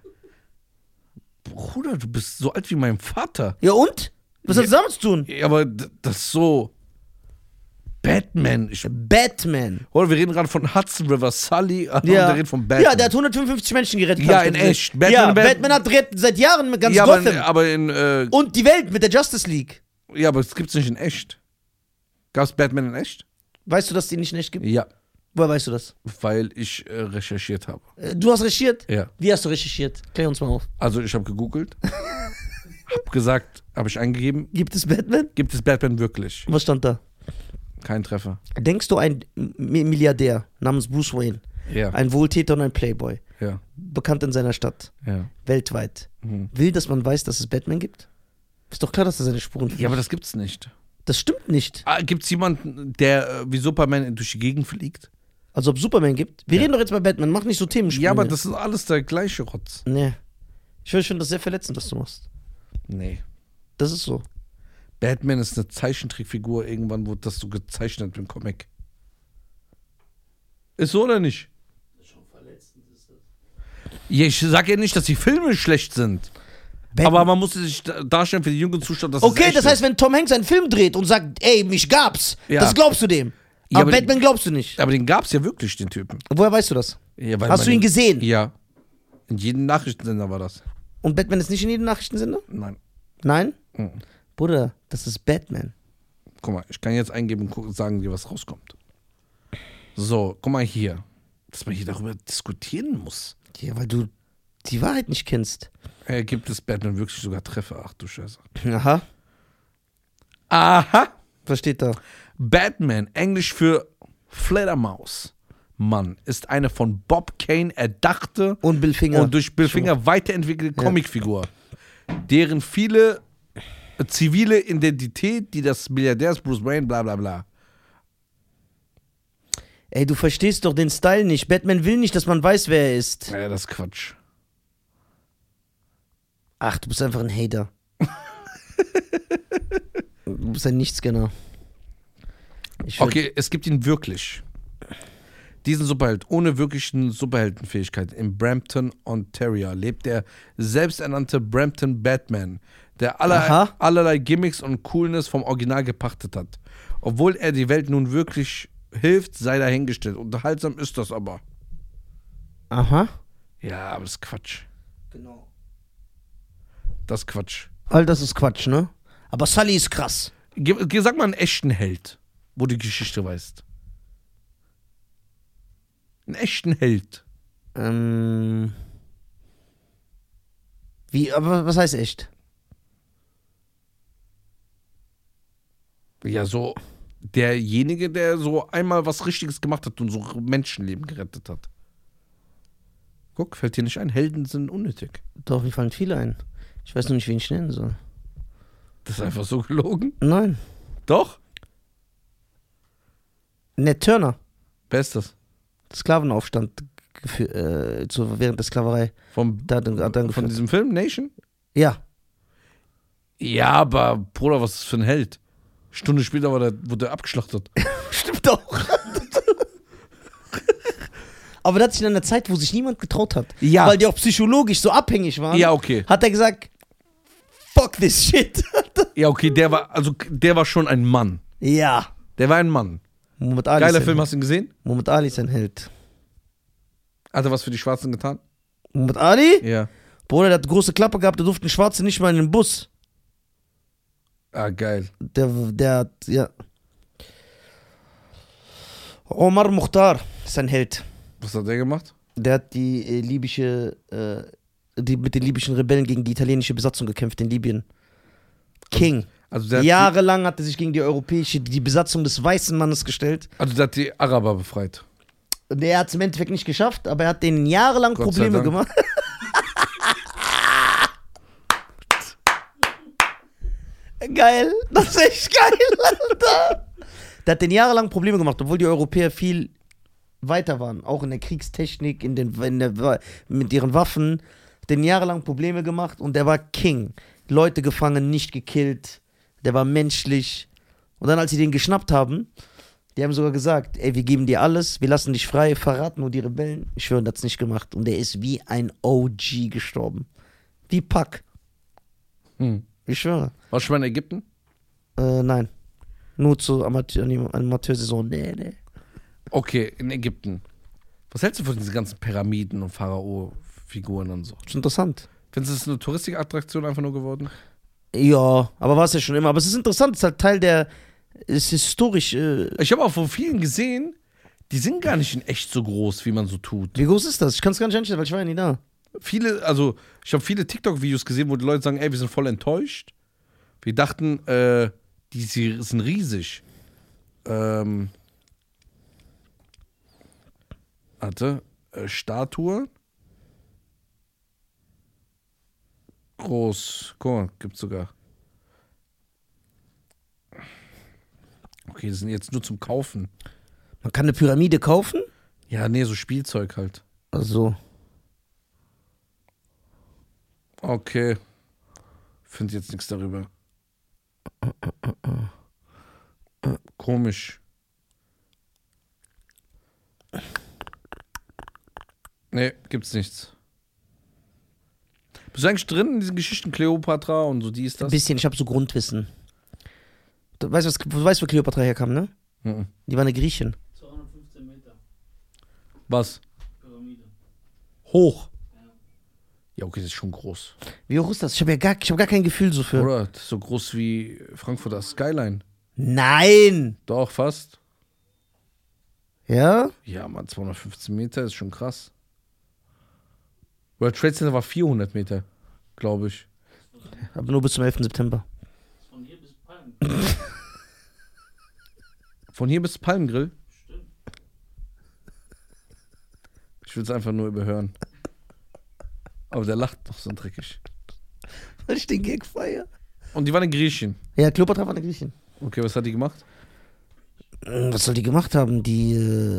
Bruder, du bist so alt wie mein Vater. Ja und? Was hat das damit zu tun? Ja, aber das ist so. Batman. Batman. Oder wir reden gerade von Hudson River, Sully, und Ja. wir reden von Batman. Ja, der hat 155 Menschen gerettet. Ja, hab ich in gesehen. echt. Batman ja, und Batman hat rettet seit Jahren mit ganz ja, Gotham. aber in Und die Welt mit der Justice League. ja, aber es gibt's nicht in echt. Gab's Batman in echt? Weißt du, dass die nicht in echt gibt? Ja, Woher weißt du das? weil ich recherchiert habe. Du hast recherchiert? Ja. Wie hast du recherchiert? Klär uns mal auf. Also ich habe gegoogelt, hab gesagt, habe ich eingegeben, Gibt es Batman? gibt es Batman wirklich? Was stand da? Kein Treffer. Denkst du, ein Milliardär namens Bruce Wayne, Ja, ein Wohltäter und ein Playboy, ja, bekannt in seiner Stadt, ja. weltweit, Mhm. will, dass man weiß, dass es Batman gibt? Ist doch klar, dass er seine Spuren Ja, aber das gibt's nicht. Das stimmt nicht. Gibt's jemanden, der wie Superman durch die Gegend fliegt? Also ob es Superman gibt? Wir Ja. reden doch jetzt bei Batman, mach nicht so Themenspiele. Ja, aber das ist alles der gleiche Rotz. Nee. Ich finde das sehr verletzend, was du machst. Nee. Das ist so. Batman ist eine Zeichentrickfigur, irgendwann wurde das so gezeichnet im Comic. Ist so oder nicht? Das ist schon verletzend, ist das. Ja, ich sag ja nicht, dass die Filme schlecht sind. Aber man muss sich darstellen für die jungen Zuschauer, dass es Okay, echt das heißt, ist. wenn Tom Hanks einen Film dreht und sagt, ey, mich gab's, Ja. das glaubst du dem. Ja, aber aber Batman glaubst du nicht. Aber den gab's ja wirklich, den Typen. Woher weißt du das? Ja, weil Hast man du ihn den- gesehen? Ja. In jedem Nachrichtensender war das. Und Batman ist nicht in jedem Nachrichtensender? Nein. Nein? Mhm. Bruder, das ist Batman. Guck mal, ich kann jetzt eingeben und sagen dir, was rauskommt. So, guck mal hier. Dass man hier darüber diskutieren muss. Ja, weil du die Wahrheit nicht kennst. Gibt es Batman wirklich sogar Treffer? Ach du Scheiße. Aha. Aha. Was steht da? Batman, Englisch für Fledermaus. Mann, ist eine von Bob Kane erdachte Und Bill Finger. und durch Bill Finger weiterentwickelte Comicfigur, deren viele zivile Identität, die des Milliardärs Bruce Wayne, bla bla bla. Ey, du verstehst doch den Style nicht. Batman will nicht, dass man weiß, wer er ist. Ja, das ist Quatsch. Ach, du bist einfach ein Hater. Du bist ein Nichtscanner. Ich würd- Okay, es gibt ihn wirklich. Diesen Superheld ohne wirklichen Superheldenfähigkeit in Brampton, Ontario lebt der selbsternannte Brampton Batman, der Aha. allerlei Gimmicks und Coolness vom Original gepachtet hat. Obwohl er die Welt nun wirklich hilft, sei dahingestellt. Unterhaltsam ist das aber. Aha. Ja, aber das ist Quatsch. Genau. Das ist Quatsch. All das ist Quatsch, ne? Aber Sully ist krass. Sag mal einen echten Held, wo du die Geschichte weißt. Einen echten Held. Wie, aber was heißt echt? Ja, so derjenige, der so einmal was Richtiges gemacht hat und so Menschenleben gerettet hat. Guck, fällt dir nicht ein? Helden sind unnötig. Doch, mir fallen viele ein. Ich weiß nur nicht, wen ich nennen soll. Das ist einfach so gelogen. Nein. Doch. Ned Turner. Wer ist das? Sklavenaufstand während der Sklaverei. Von Von diesem Film, Nation? Ja. Ja, aber Bruder, was ist das für ein Held? Stunde später wurde er abgeschlachtet. Stimmt auch. Aber das hat sich in einer Zeit, wo sich niemand getraut hat. Ja. Weil die auch psychologisch so abhängig waren. Ja, okay. Hat er gesagt, fuck this shit. Ja, okay, der war schon ein Mann. Ja. Der war ein Mann. Muhammad Ali Geiler ist Film, ein, hast du ihn gesehen? Muhammad Ali ist ein Held. Hat er was für die Schwarzen getan? Muhammad Ali? Ja. Bruder, der hat große Klappe gehabt, da durften Schwarze nicht mal in den Bus. Ah, geil. Der hat, ja. Omar Mukhtar ist ein Held. Was hat der gemacht? Der hat die mit den libyschen Rebellen gegen die italienische Besatzung gekämpft in Libyen. King. Also der, Jahrelang hat er sich gegen die Besatzung des weißen Mannes gestellt. der hat die Araber befreit. Und er hat es im Endeffekt nicht geschafft, aber er hat denen jahrelang Gott sei Probleme Dank. gemacht. Geil, das ist echt geil, Alter. Der hat denen jahrelang Probleme gemacht, obwohl die Europäer viel weiter waren. Auch in der Kriegstechnik, mit ihren Waffen. Hat denen jahrelang Probleme gemacht und der war King. Leute gefangen, nicht gekillt. Der war menschlich. Und dann, als sie den geschnappt haben, die haben sogar gesagt, ey, wir geben dir alles, wir lassen dich frei, verraten nur die Rebellen. Ich schwöre, der hat's nicht gemacht. Und der ist wie ein OG gestorben. Wie Pack. Ich schwöre. Warst du schon mal in Ägypten? Nein. Nur zur Amateursaison. Nee. Okay, in Ägypten. Was hältst du von diesen ganzen Pyramiden und Pharao-Figuren und so? Ist interessant. Findest du es eine Touristikattraktion einfach nur geworden? Ja, aber war es ja schon immer. Aber es ist interessant, es ist halt Teil der. Es ist historisch. Ich habe auch von vielen gesehen, die sind gar nicht in echt so groß, wie man so tut. Wie groß ist das? Ich kann es gar nicht einstellen, weil ich war ja nie da. Ich habe viele TikTok-Videos gesehen, wo die Leute sagen, ey, wir sind voll enttäuscht. Wir dachten, die sind riesig. Statue. Groß. Guck mal, gibt's sogar. Okay, die sind jetzt nur zum Kaufen. Man kann eine Pyramide kaufen? Ja, nee, so Spielzeug halt. Also. Okay. Finde jetzt nichts darüber. Komisch. Nee, gibt's nichts. Bist du eigentlich drin in diesen Geschichten Kleopatra und so dies, Ein das? bisschen, ich habe so Grundwissen. Du weißt, wo Kleopatra herkam, ne? Mhm. Die war eine Griechin. 215 Meter Was? Pyramide. Hoch. Ja. Ja, okay, das ist schon groß. Wie hoch ist das? Ich habe gar kein Gefühl so für. Oder? Das ist so groß wie Frankfurter Skyline. Nein! Doch, fast. Ja? Ja, Mann, 215 Meter ist schon krass. World Trade Center war 400 Meter, glaube ich. Aber nur bis zum 11. September. Von hier bis Palm. Von hier bis Palmgrill? Stimmt. Ich will es einfach nur überhören. Aber der lacht doch so dreckig. Weil ich den Gag feier. Und die war eine Griechin. Ja, Kleopatra war eine Griechin. Okay, was hat die gemacht? Was soll die gemacht haben? Die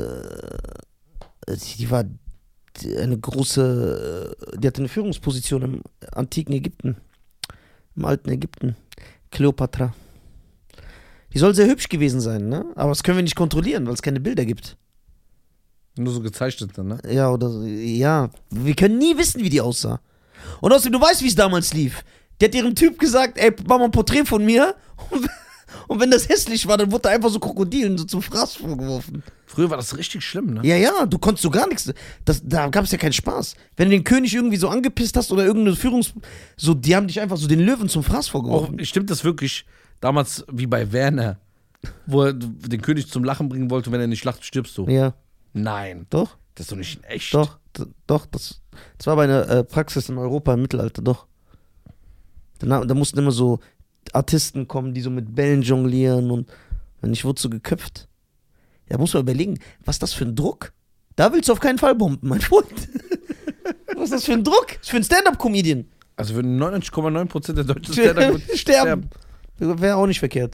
war eine große, die hatte eine Führungsposition im antiken Ägypten. Im alten Ägypten. Kleopatra. Die soll sehr hübsch gewesen sein, ne? Aber das können wir nicht kontrollieren, weil es keine Bilder gibt. Nur so gezeichnet dann, ne? Ja, oder so. Ja. Wir können nie wissen, wie die aussah. Und außerdem, du weißt, wie es damals lief. Die hat ihrem Typ gesagt, ey, mach mal ein Porträt von mir. Und wenn das hässlich war, dann wurde da einfach so Krokodilen so zum Fraß vorgeworfen. Früher war das richtig schlimm, ne? Ja, ja, du konntest so gar nichts. Da gab es ja keinen Spaß. Wenn du den König irgendwie so angepisst hast oder irgendeine so, die haben dich einfach so den Löwen zum Fraß Auch, vorgeworfen. stimmt das wirklich damals wie bei Werner, wo er den König zum Lachen bringen wollte, wenn er nicht lacht, stirbst du? Ja, Nein. doch, Das ist doch nicht in echt. doch, das war bei einer Praxis in Europa im Mittelalter, doch. Da mussten immer so Artisten kommen, die so mit Bällen jonglieren und ich wurde so geköpft. Ja, muss man überlegen, was ist das für ein Druck? Da willst du auf keinen Fall bomben, mein Freund. Was ist das für ein Druck? Das ist für einen Stand-Up-Comedian. Also würden 99,9% der Deutschen Stand-Up Sterben. Wäre auch nicht verkehrt.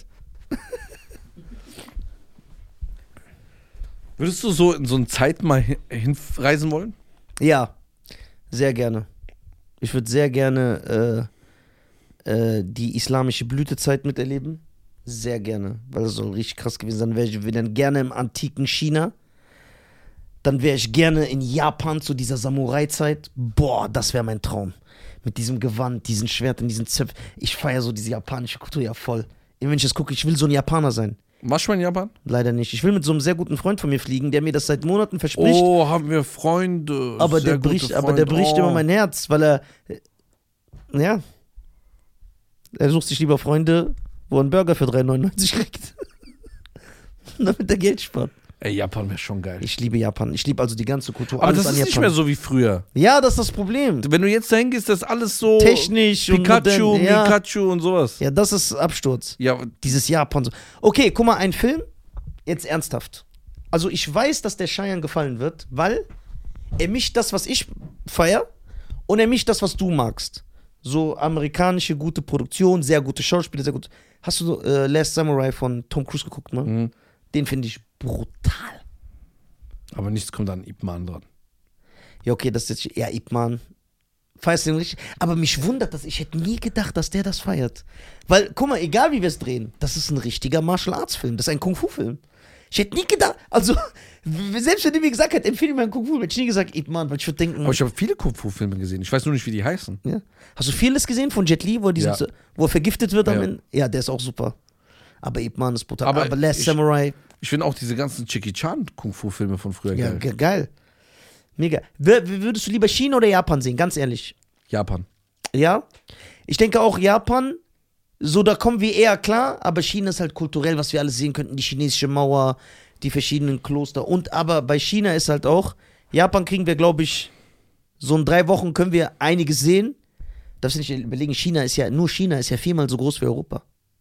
Würdest du so in so eine Zeit mal hinreisen wollen? Ja, sehr gerne. Ich würde sehr gerne die islamische Blütezeit miterleben. Sehr gerne, weil das soll richtig krass gewesen sein. Dann wäre ich wieder gerne im antiken China. Dann wäre ich gerne in Japan zu dieser Samurai-Zeit. Boah, das wäre mein Traum. Mit diesem Gewand, diesen Schwertern, diesen Zöpfen. Ich feiere so diese japanische Kultur ja voll. Immer wenn ich das gucke, ich will so ein Japaner sein. Warst du mal in Japan? Leider nicht. Ich will mit so einem sehr guten Freund von mir fliegen, der mir das seit Monaten verspricht. Oh, haben wir Freunde. aber sehr der gute bricht, Freunde. immer mein Herz, weil er. Ja. Er sucht sich lieber Freunde, wo er einen Burger für 3,99 kriegt. Damit er Geld spart. Ey, Japan wäre schon geil. Ich liebe Japan. Ich liebe also die ganze Kultur. Aber alles das an ist Japan. nicht mehr so wie früher. Ja, das ist das Problem. Wenn du jetzt dahin gehst, das ist alles so Technisch und Pikachu, modern, ja. Pikachu und sowas. Ja, das ist Absturz. Ja, Dieses Japan. So. Okay, guck mal, ein Film. Jetzt ernsthaft. Also ich weiß, dass der Cheyenne gefallen wird, weil er mischt das, was ich feier, und er mischt das, was du magst. So amerikanische gute Produktion, sehr gute Schauspieler, sehr gut. Hast du Last Samurai von Tom Cruise geguckt, ne? Mhm. Den finde ich brutal. aber nichts kommt an Ip Man dran. Ja, okay, das ist jetzt, ja, Ip Man. Feierst du den richtig? Aber mich wundert das, ich hätte nie gedacht, dass der das feiert. Weil, guck mal, egal wie wir es drehen, das ist ein richtiger Martial Arts Film, das ist ein Kung-Fu-Film. Ich hätte nie gedacht, also, selbst wenn der mir gesagt hat, empfehle mir einen Kung-Fu, hätte ich nie gesagt, Ip Man, weil ich würde denken, Aber ich habe viele Kung-Fu-Filme gesehen. Ich weiß nur nicht, wie die heißen. ja. Hast du vieles gesehen von Jet Li, wo Ja. er vergiftet wird am Ja. Ende? Ja, der ist auch super. Aber Ip Man ist brutal. Aber Aber Last Samurai, Ich finde auch diese ganzen Jackie Chan Kung-Fu-Filme von früher ja, geil. geil. Mega. Würdest du lieber China oder Japan sehen, ganz ehrlich? Japan. Ja? Ich denke auch Japan, so da kommen wir eher klar, aber China ist halt kulturell, was wir alles sehen könnten, die chinesische Mauer, die verschiedenen Kloster und aber bei China ist halt auch, Japan kriegen wir, glaube ich, so in 3 Wochen können wir einiges sehen. Darfst du nicht überlegen, China ist ja 4-mal so groß wie Europa.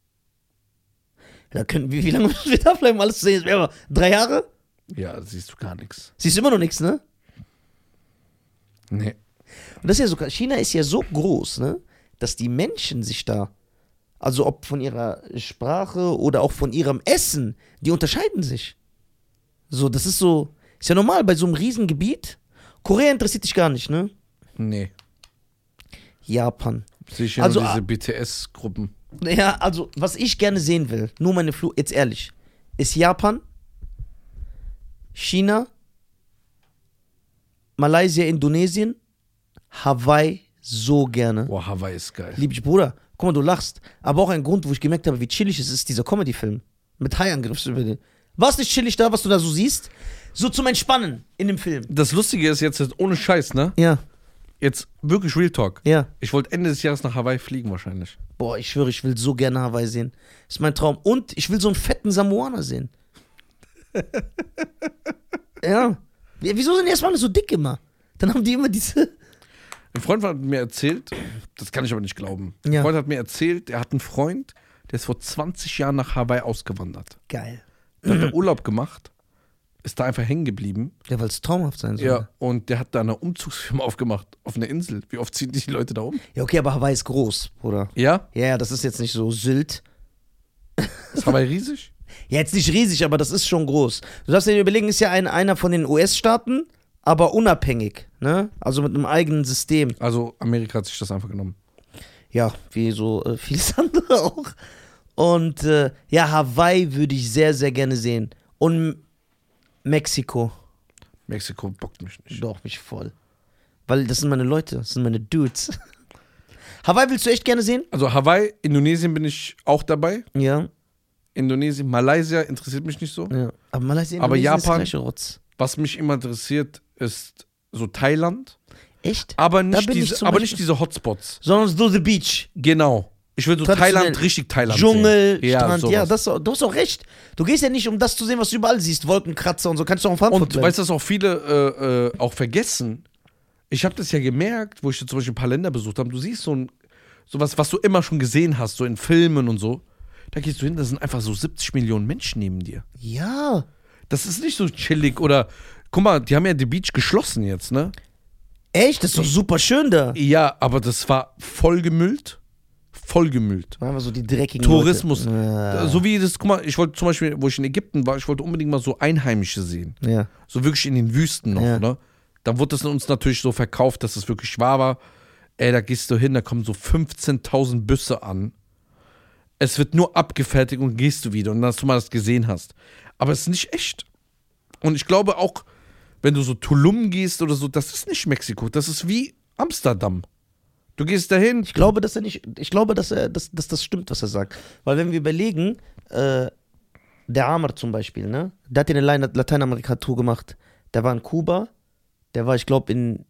Da können wir, wie lange müssen wir da bleiben, um alles zu sehen? Das wäre 3 Jahre? Ja, da siehst du gar nichts. Siehst du immer noch nichts, ne? Nee. Und das ist ja so, China ist ja so groß, ne, dass die Menschen sich da, also ob von ihrer Sprache oder auch von ihrem Essen, die unterscheiden sich. So, das ist so, ist ja normal bei so einem Riesengebiet. Korea interessiert dich gar nicht, ne? Nee. Japan. Sehe ich ja Also, nur diese BTS-Gruppen. Ja, also, was ich gerne sehen will, nur meine jetzt ehrlich, ist Japan, China, Malaysia, Indonesien, Hawaii so gerne. Boah, Hawaii ist geil. Lieb ich, Bruder. Guck mal, du lachst. Aber auch ein Grund, wo ich gemerkt habe, wie chillig es ist, dieser Comedy-Film. Mit Haiangriff. War es nicht chillig da, was du da so siehst? So zum Entspannen in dem Film. Das Lustige ist jetzt ohne Scheiß, ne? Ja, Jetzt wirklich Real Talk. ja. Ich wollte Ende des Jahres nach Hawaii fliegen wahrscheinlich. Boah, ich schwöre, ich will so gerne Hawaii sehen. Ist mein Traum. Und ich will so einen fetten Samoaner sehen. Ja. Wieso sind die erstmal alle so dick immer? Dann haben die immer diese. Ein Freund hat mir erzählt, das kann ich aber nicht glauben. Ja. Ein Freund hat mir erzählt, er hat einen Freund, der ist vor 20 Jahren nach Hawaii ausgewandert. Geil. Da hat er Urlaub gemacht, ist da einfach hängen geblieben. Ja, weil es traumhaft sein soll. Ja, und der hat da eine Umzugsfirma aufgemacht auf einer Insel. Wie oft ziehen die Leute da um? Ja, okay, aber Hawaii ist groß, Bruder. Ja? Ja, ja, das ist jetzt nicht so Sylt. Ist Hawaii riesig? Ja, jetzt nicht riesig, aber das ist schon groß. Du darfst dir überlegen, ist ja einer von den US-Staaten, aber unabhängig, ne? Also mit einem eigenen System. Also Amerika hat sich das einfach genommen. Ja, wie so vieles andere auch. Und ja, Hawaii würde ich sehr, sehr gerne sehen. Und Mexiko. Mexiko bockt mich nicht. Doch, mich voll. Weil das sind meine Leute, das sind meine Dudes. Hawaii willst du echt gerne sehen? Also Hawaii, Indonesien bin ich auch dabei. Ja, Indonesien, Malaysia interessiert mich nicht so. ja. Aber Malaysia, Aber Indonesien Japan- ist gleiche Rotz. Was mich immer interessiert, ist so Thailand. Echt? Aber Da nicht, bin ich diese, zum aber Beispiel- nicht diese Hotspots. Sondern so The Beach. Genau. Ich will so Traditionell. Thailand, richtig Thailand Dschungel, sehen. Strand, sowas. ja, du hast auch recht. Du gehst ja nicht, um das zu sehen, was du überall siehst, Wolkenkratzer und so, kannst du auch in Frankfurt Und bleiben. weißt du, was auch viele auch vergessen? Ich habe das ja gemerkt, wo ich zum Beispiel ein paar Länder besucht habe. Du siehst sowas, was du immer schon gesehen hast, so in Filmen und so. Da gehst du hin, da sind einfach so 70 Millionen Menschen neben dir. Ja, Das ist nicht so chillig oder. Guck mal, die haben ja The Beach geschlossen jetzt, ne? echt, das ist doch super schön da. Ja, aber das war vollgemüllt. Vollgemüllt. Machen wir so die dreckigen Tourismus. Leute. So wie das, guck mal, ich wollte zum Beispiel, wo ich in Ägypten war, ich wollte unbedingt mal so Einheimische sehen. Ja. So wirklich in den Wüsten noch, Ja. ne? Dann wurde es uns natürlich so verkauft, dass es wirklich wahr war. Ey, da gehst du hin, da kommen so 15.000 Busse an. Es wird nur abgefertigt und gehst du wieder und dass du mal das gesehen hast. Aber es ist nicht echt. Und ich glaube auch, wenn du so Tulum gehst oder so, das ist nicht Mexiko, das ist wie Amsterdam. Du gehst dahin. Ich glaube, dass das stimmt, was er sagt. Weil wenn wir überlegen, der Amr zum Beispiel, ne? Der hat ja eine Lateinamerika-Tour gemacht. Der war in Kuba, der war, ich glaube,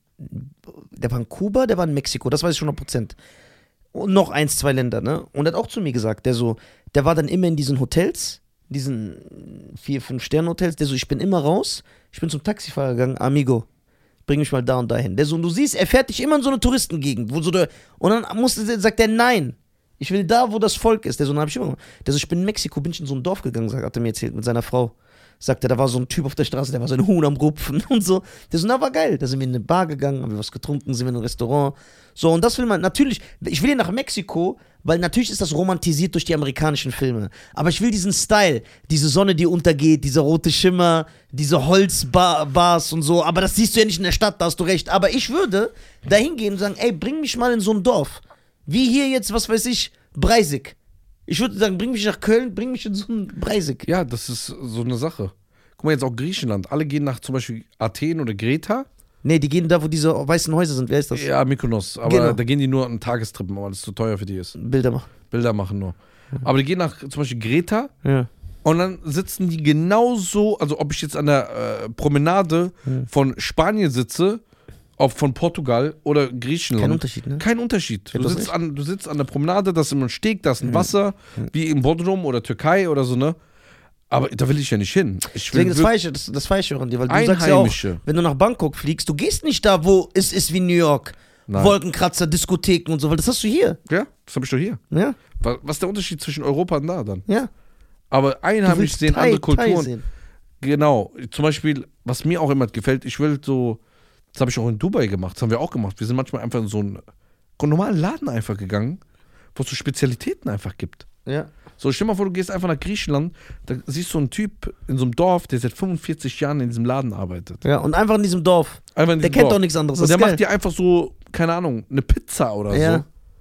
der war in Kuba, der war in Mexiko, das weiß ich schon 100%. Und noch 1, 2 Länder, ne? Und er hat auch zu mir gesagt, der war dann immer in diesen Hotels, diesen 4, 5 Sterne-Hotels, der so, ich bin immer raus, ich bin zum Taxifahrer gegangen, Amigo, bring mich mal da und dahin. Der so, und du siehst, er fährt dich immer in so eine Touristengegend, wo so und dann sagt er, nein, ich will da, wo das Volk ist. Der so, dann hab ich immer, der so, ich bin in Mexiko, bin ich in so ein Dorf gegangen, hat er mir erzählt, mit seiner Frau. Sagt er, da war so ein Typ auf der Straße, der war so ein Huhn am Rupfen und so. Der so, na, war geil. Da sind wir in eine Bar gegangen, haben wir was getrunken, sind wir in ein Restaurant. So, und das will man, natürlich, ich will hier nach Mexiko, weil natürlich ist das romantisiert durch die amerikanischen Filme. Aber ich will diesen Style, diese Sonne, die untergeht, dieser rote Schimmer, diese Holzbars und so. Aber das siehst du ja nicht in der Stadt, da hast du recht. Aber ich würde da hingehen und sagen, ey, bring mich mal in so ein Dorf. Wie hier jetzt, was weiß ich, Breisig. Ich würde sagen, bring mich nach Köln, bring mich in so ein Breisig. Ja, das ist so eine Sache. Guck mal, jetzt auch Griechenland. Alle gehen nach zum Beispiel Athen oder Kreta. Nee, die gehen da, wo diese weißen Häuser sind. Wer ist das? Ja, Mykonos. Aber Genau. da gehen die nur an Tagestrippen, weil das zu teuer für die ist. Bilder machen. Bilder machen nur. Aber die gehen nach zum Beispiel Kreta Ja. und dann sitzen die genauso, also ob ich jetzt an der Promenade von Spanien sitze, ob von Portugal oder Griechenland. Kein Unterschied, ne? Kein Unterschied. Ja, Du das sitzt an der Promenade, da ist immer ein Steg, da ist ein Wasser, wie in Bodrum oder Türkei oder so, ne? Aber da will ich ja nicht hin. Ich will Deswegen, das feiere ich auch an dir, weil du sagst ja auch, Einheimische. wenn du nach Bangkok fliegst, du gehst nicht da, wo es ist wie New York. Nein. Wolkenkratzer, Diskotheken und so, weil das hast du hier. Ja, das habe ich doch hier. Ja, Was ist der Unterschied zwischen Europa und da dann? ja. Aber Du einheimisch willst sehen andere Thai Kulturen. sehen. Genau. Zum Beispiel, was mir auch immer gefällt, ich will so, das habe ich auch in Dubai gemacht, das haben wir auch gemacht. Wir sind manchmal einfach in so einen normalen Laden einfach gegangen, wo es so Spezialitäten einfach gibt. Ja. So, stell dir mal vor, du gehst einfach nach Griechenland, da siehst du einen Typ in so einem Dorf, der seit 45 Jahren in diesem Laden arbeitet. Ja, und einfach in diesem Dorf. Einfach in Der diesem kennt Dorf. doch nichts anderes. Und Das der ist geil. macht dir einfach so, keine Ahnung, eine Pizza oder Ja. so.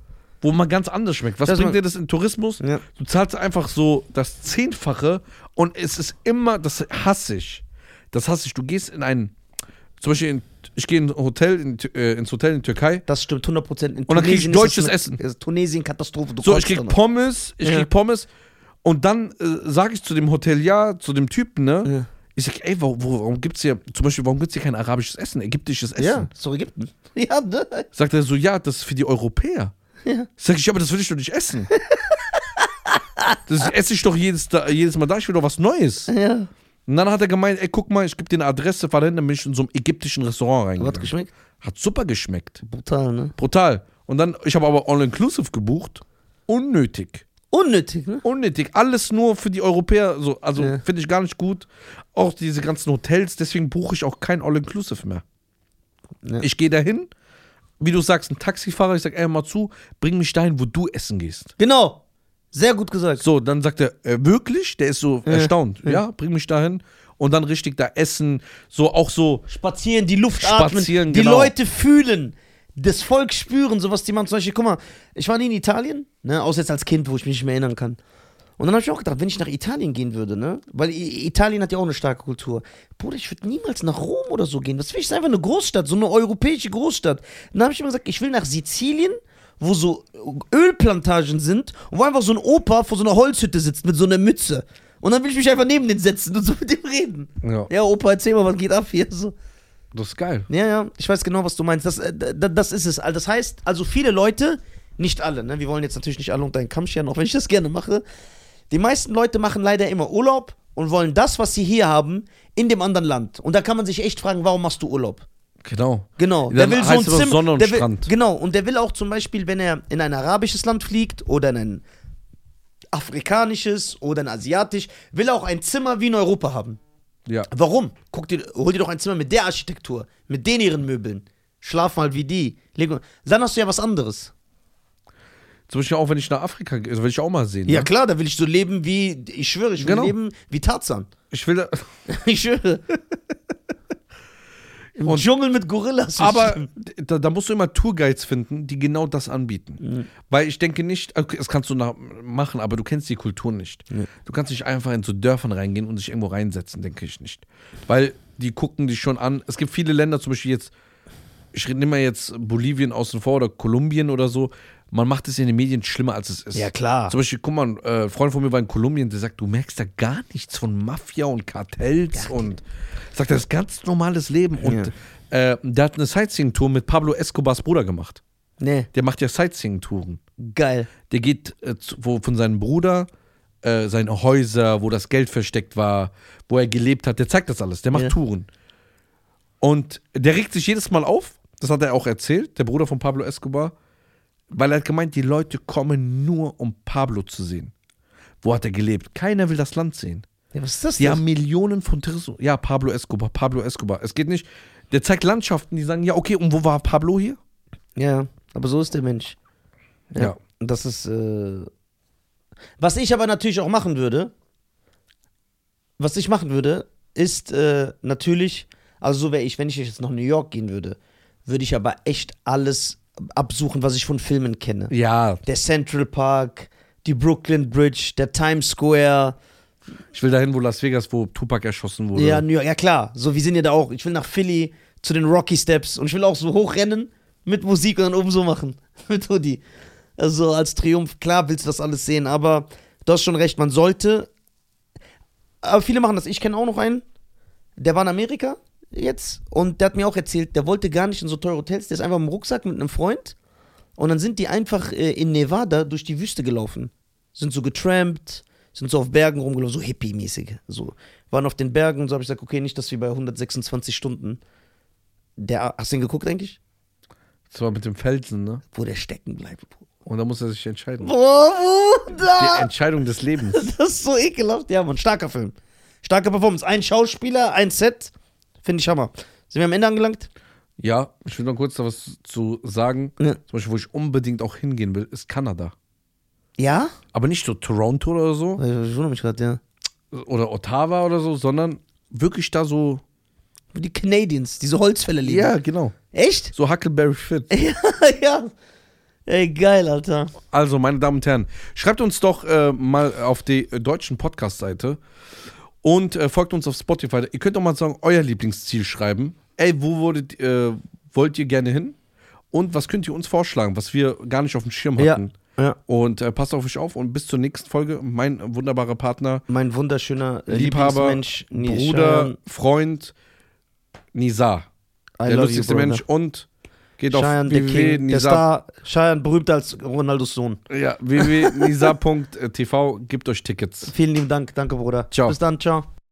wo man ganz anders schmeckt. Was Das bringt man- dir das in Tourismus? Ja. Du zahlst einfach so das 10-fache und es ist immer, das hasse ich. Das hasse ich. Du gehst in ein, zum Beispiel, ich gehe in ein Hotel, ins Hotel in Türkei. Das stimmt 100%. In Und dann krieg ich Tunesien deutsches ist das Essen. Ist Tunesien Katastrophe. Du So, ich kotzt krieg danach. Pommes, und dann sage ich zu dem Hotelier, zu dem Typen, ne? Ja. Ich sag, ey, warum gibt's hier, zum Beispiel, warum gibt's hier kein arabisches Essen, ägyptisches Essen? Ja, so Ägypten. Ja, ne? Sagt er so, ja, das ist für die Europäer. Ja. Sag ich, ja, aber das will ich doch nicht essen. Das esse ich doch jedes Mal da, ich will doch was Neues. Ja. Und dann hat er gemeint, ey, guck mal, ich gebe dir eine Adresse, fahr dahin, dann bin ich in so einem ägyptischen Restaurant Hat reingegangen. geschmeckt? Hat super geschmeckt. Brutal, ne? Brutal. Und dann, ich habe aber All-Inclusive gebucht. Unnötig. Unnötig, ne? Unnötig. Alles nur für die Europäer. So, also Ja. finde ich gar nicht gut. Auch diese ganzen Hotels, deswegen buche ich auch kein All-Inclusive mehr. Ja. Ich gehe dahin, wie du sagst, ein Taxifahrer, ich sag, ey, mal zu, bring mich dahin, wo du essen gehst. Genau. Sehr gut gesagt. So, dann sagt er, wirklich? Der ist so erstaunt. Ja, bring mich dahin. Und dann richtig da essen. So, auch so. Spazieren, die Luft atmen, Spazieren, die genau. Leute fühlen, das Volk spüren, sowas, die man zum Beispiel, guck mal, ich war nie in Italien, ne, außer jetzt als Kind, wo ich mich nicht mehr erinnern kann. Und dann habe ich auch gedacht, wenn ich nach Italien gehen würde, ne, weil Italien hat ja auch eine starke Kultur. Bruder, ich würde niemals nach Rom oder so gehen. Was will ich? Das ist einfach eine Großstadt, so eine europäische Großstadt. Und dann habe ich immer gesagt, ich will nach Sizilien, wo so Ölplantagen sind und wo einfach so ein Opa vor so einer Holzhütte sitzt mit so einer Mütze. Und dann will ich mich einfach neben den setzen und so mit dem reden. Ja, Ja, Opa, erzähl mal, was geht ab hier? So. das ist geil. Ja, ja, ich weiß genau, was du meinst. Das ist es. Das heißt, also viele Leute, nicht alle, ne? Wir wollen jetzt natürlich nicht alle unter einen Kamm scheren, auch wenn ich das gerne mache. Die meisten Leute machen leider immer Urlaub und wollen das, was sie hier haben, in dem anderen Land. Und da kann man sich echt fragen, warum machst du Urlaub? Genau. Genau. Dann Der will so heißt ein es Zimmer. Sonne und der will, Strand. genau. Und der will auch zum Beispiel, wenn er in ein arabisches Land fliegt oder in ein afrikanisches oder ein asiatisch, will er auch ein Zimmer wie in Europa haben. Ja. Warum? Hol dir doch ein Zimmer mit der Architektur, mit den ihren Möbeln. Schlaf mal wie die. Dann hast du ja was anderes. Zum Beispiel auch, wenn ich nach Afrika gehe, das will ich auch mal sehen. Ja Ne? klar, da will ich so leben wie, ich schwöre, ich will Genau. leben wie Tarzan. Ich will, Ich schwöre. Im Und- Dschungel mit Gorillas. aber da musst du immer Tourguides finden, die genau das anbieten. Mhm. Weil ich denke nicht, okay, das kannst du machen, aber du kennst die Kultur nicht. Ja. Du kannst nicht einfach in so Dörfern reingehen und sich irgendwo reinsetzen, denke ich nicht. Weil die gucken dich schon an. Es gibt viele Länder, zum Beispiel jetzt, ich nehme mal jetzt Bolivien außen vor oder Kolumbien oder so. Man macht es in den Medien schlimmer, als es ist. Ja, klar. Zum Beispiel, guck mal, ein Freund von mir war in Kolumbien, der sagt, du merkst da gar nichts von Mafia und Kartells und sagt, das ist ganz normales Leben. Und der hat eine Sightseeing-Tour mit Pablo Escobars Bruder gemacht. Nee, Der macht ja Sightseeing-Touren. geil. Der geht von seinem Bruder, seine Häuser, wo das Geld versteckt war, wo er gelebt hat, der zeigt das alles, der macht Ja. Touren. Und der regt sich jedes Mal auf, das hat er auch erzählt, der Bruder von Pablo Escobar, weil er hat gemeint, die Leute kommen nur, um Pablo zu sehen. Wo hat er gelebt? Keiner will das Land sehen. Ja, was ist das Die denn? haben Millionen von Touristen. Ja, Pablo Escobar, Pablo Escobar. Es geht nicht, der zeigt Landschaften, die sagen, ja, okay, und wo war Pablo hier? Ja, aber so ist der Mensch. Ja. Und das ist, was ich aber natürlich auch machen würde, ist natürlich, also so wäre ich, wenn ich jetzt nach New York gehen würde, würde ich aber echt alles absuchen, was ich von Filmen kenne. Ja, Der Central Park, die Brooklyn Bridge, der Times Square, ich will dahin, wo Las Vegas, wo Tupac erschossen wurde. ja, New York, ja klar, so wir sind ja da auch. Ich will nach Philly zu den Rocky Steps und ich will auch so hochrennen mit Musik und dann oben so machen. Mit Hoodie. Also als Triumph, klar willst du das alles sehen, aber du hast schon recht, man sollte. Aber viele machen das. Ich kenne auch noch einen, der war in Amerika jetzt und der hat mir auch erzählt, der wollte gar nicht in so teure Hotels, der ist einfach im Rucksack mit einem Freund und dann sind die einfach in Nevada durch die Wüste gelaufen. Sind so getrampt, sind so auf Bergen rumgelaufen, so hippie-mäßig. So. Waren auf den Bergen und so habe ich gesagt, okay, nicht, dass wir bei 126 Stunden. Hast du ihn geguckt eigentlich? Das war mit dem Felsen, ne? Wo der stecken bleibt. Und da muss er sich entscheiden. Boah, Die Bruder! Entscheidung des Lebens. Das ist so ekelhaft. Ja, Mann, starker Film. Starke Performance. Ein Schauspieler, ein Set. Finde ich Hammer. Sind wir am Ende angelangt? Ja, ich will noch kurz da was zu sagen. Ja. Zum Beispiel, wo ich unbedingt auch hingehen will, ist Kanada. Ja? Aber nicht so Toronto oder so Ich wundere mich gerade, ja. oder Ottawa oder so, sondern wirklich da so. Die Canadiens, diese Holzfäller leben. Ja, genau. Echt? So Huckleberry Fit. Ja, ja. Ey, geil, Alter. Also, meine Damen und Herren, schreibt uns doch mal auf die deutschen Podcast-Seite und folgt uns auf Spotify. Ihr könnt auch mal sagen, euer Lieblingsziel schreiben. Ey, wo wollt ihr gerne hin? Und was könnt ihr uns vorschlagen, was wir gar nicht auf dem Schirm hatten? Ja. Und passt auf euch auf und bis zur nächsten Folge. Mein wunderbarer Partner, Mein wunderschöner Liebhaber, Lieblingsmensch, Bruder, Freund, Nizar. I Der love lustigste you, brother. Mensch. Und geht auf Cheyenne, der King, der www.nizar. Star. Cheyenne, berühmter als Ronaldos Sohn. Ja, www.nizar.tv. Gebt euch Tickets. Vielen lieben Dank. Danke, Bruder. Ciao. Bis dann. Ciao.